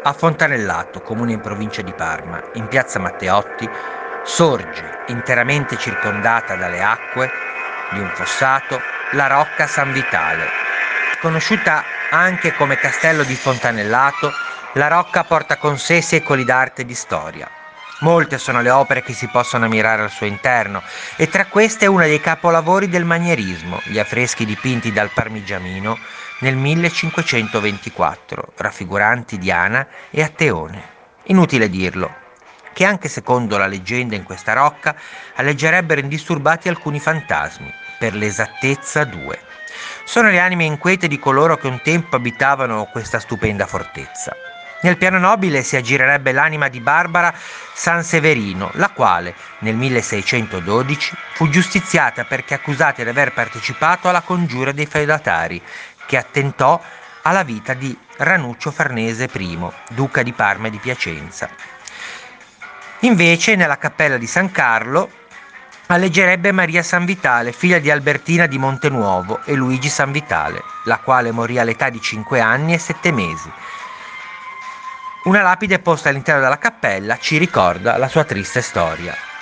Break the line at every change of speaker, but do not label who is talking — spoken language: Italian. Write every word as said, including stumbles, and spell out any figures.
A Fontanellato, comune in provincia di Parma, in piazza Matteotti, sorge, interamente circondata dalle acque di un fossato, la Rocca San Vitale. Conosciuta anche come Castello di Fontanellato, la rocca porta con sé secoli d'arte e di storia. Molte sono le opere che si possono ammirare al suo interno e tra queste è una dei capolavori del manierismo, gli affreschi dipinti dal Parmigianino nel millecinquecentoventiquattro, raffiguranti Diana e Atteone. Inutile dirlo, che anche secondo la leggenda in questa rocca alleggerebbero indisturbati alcuni fantasmi, per l'esattezza due. Sono le anime inquiete di coloro che un tempo abitavano questa stupenda fortezza. Nel piano nobile si aggirerebbe l'anima di Barbara Sanseverino, la quale nel milleseicentododici fu giustiziata perché accusata di aver partecipato alla congiura dei feudatari, che attentò alla vita di Ranuccio Farnese I, duca di Parma e di Piacenza. Invece, nella cappella di San Carlo alleggerebbe Maria Sanvitale, figlia di Albertina di Montenuovo e Luigi Sanvitale, la quale morì all'età di cinque anni e sette mesi. Una lapide posta all'interno della cappella ci ricorda la sua triste storia.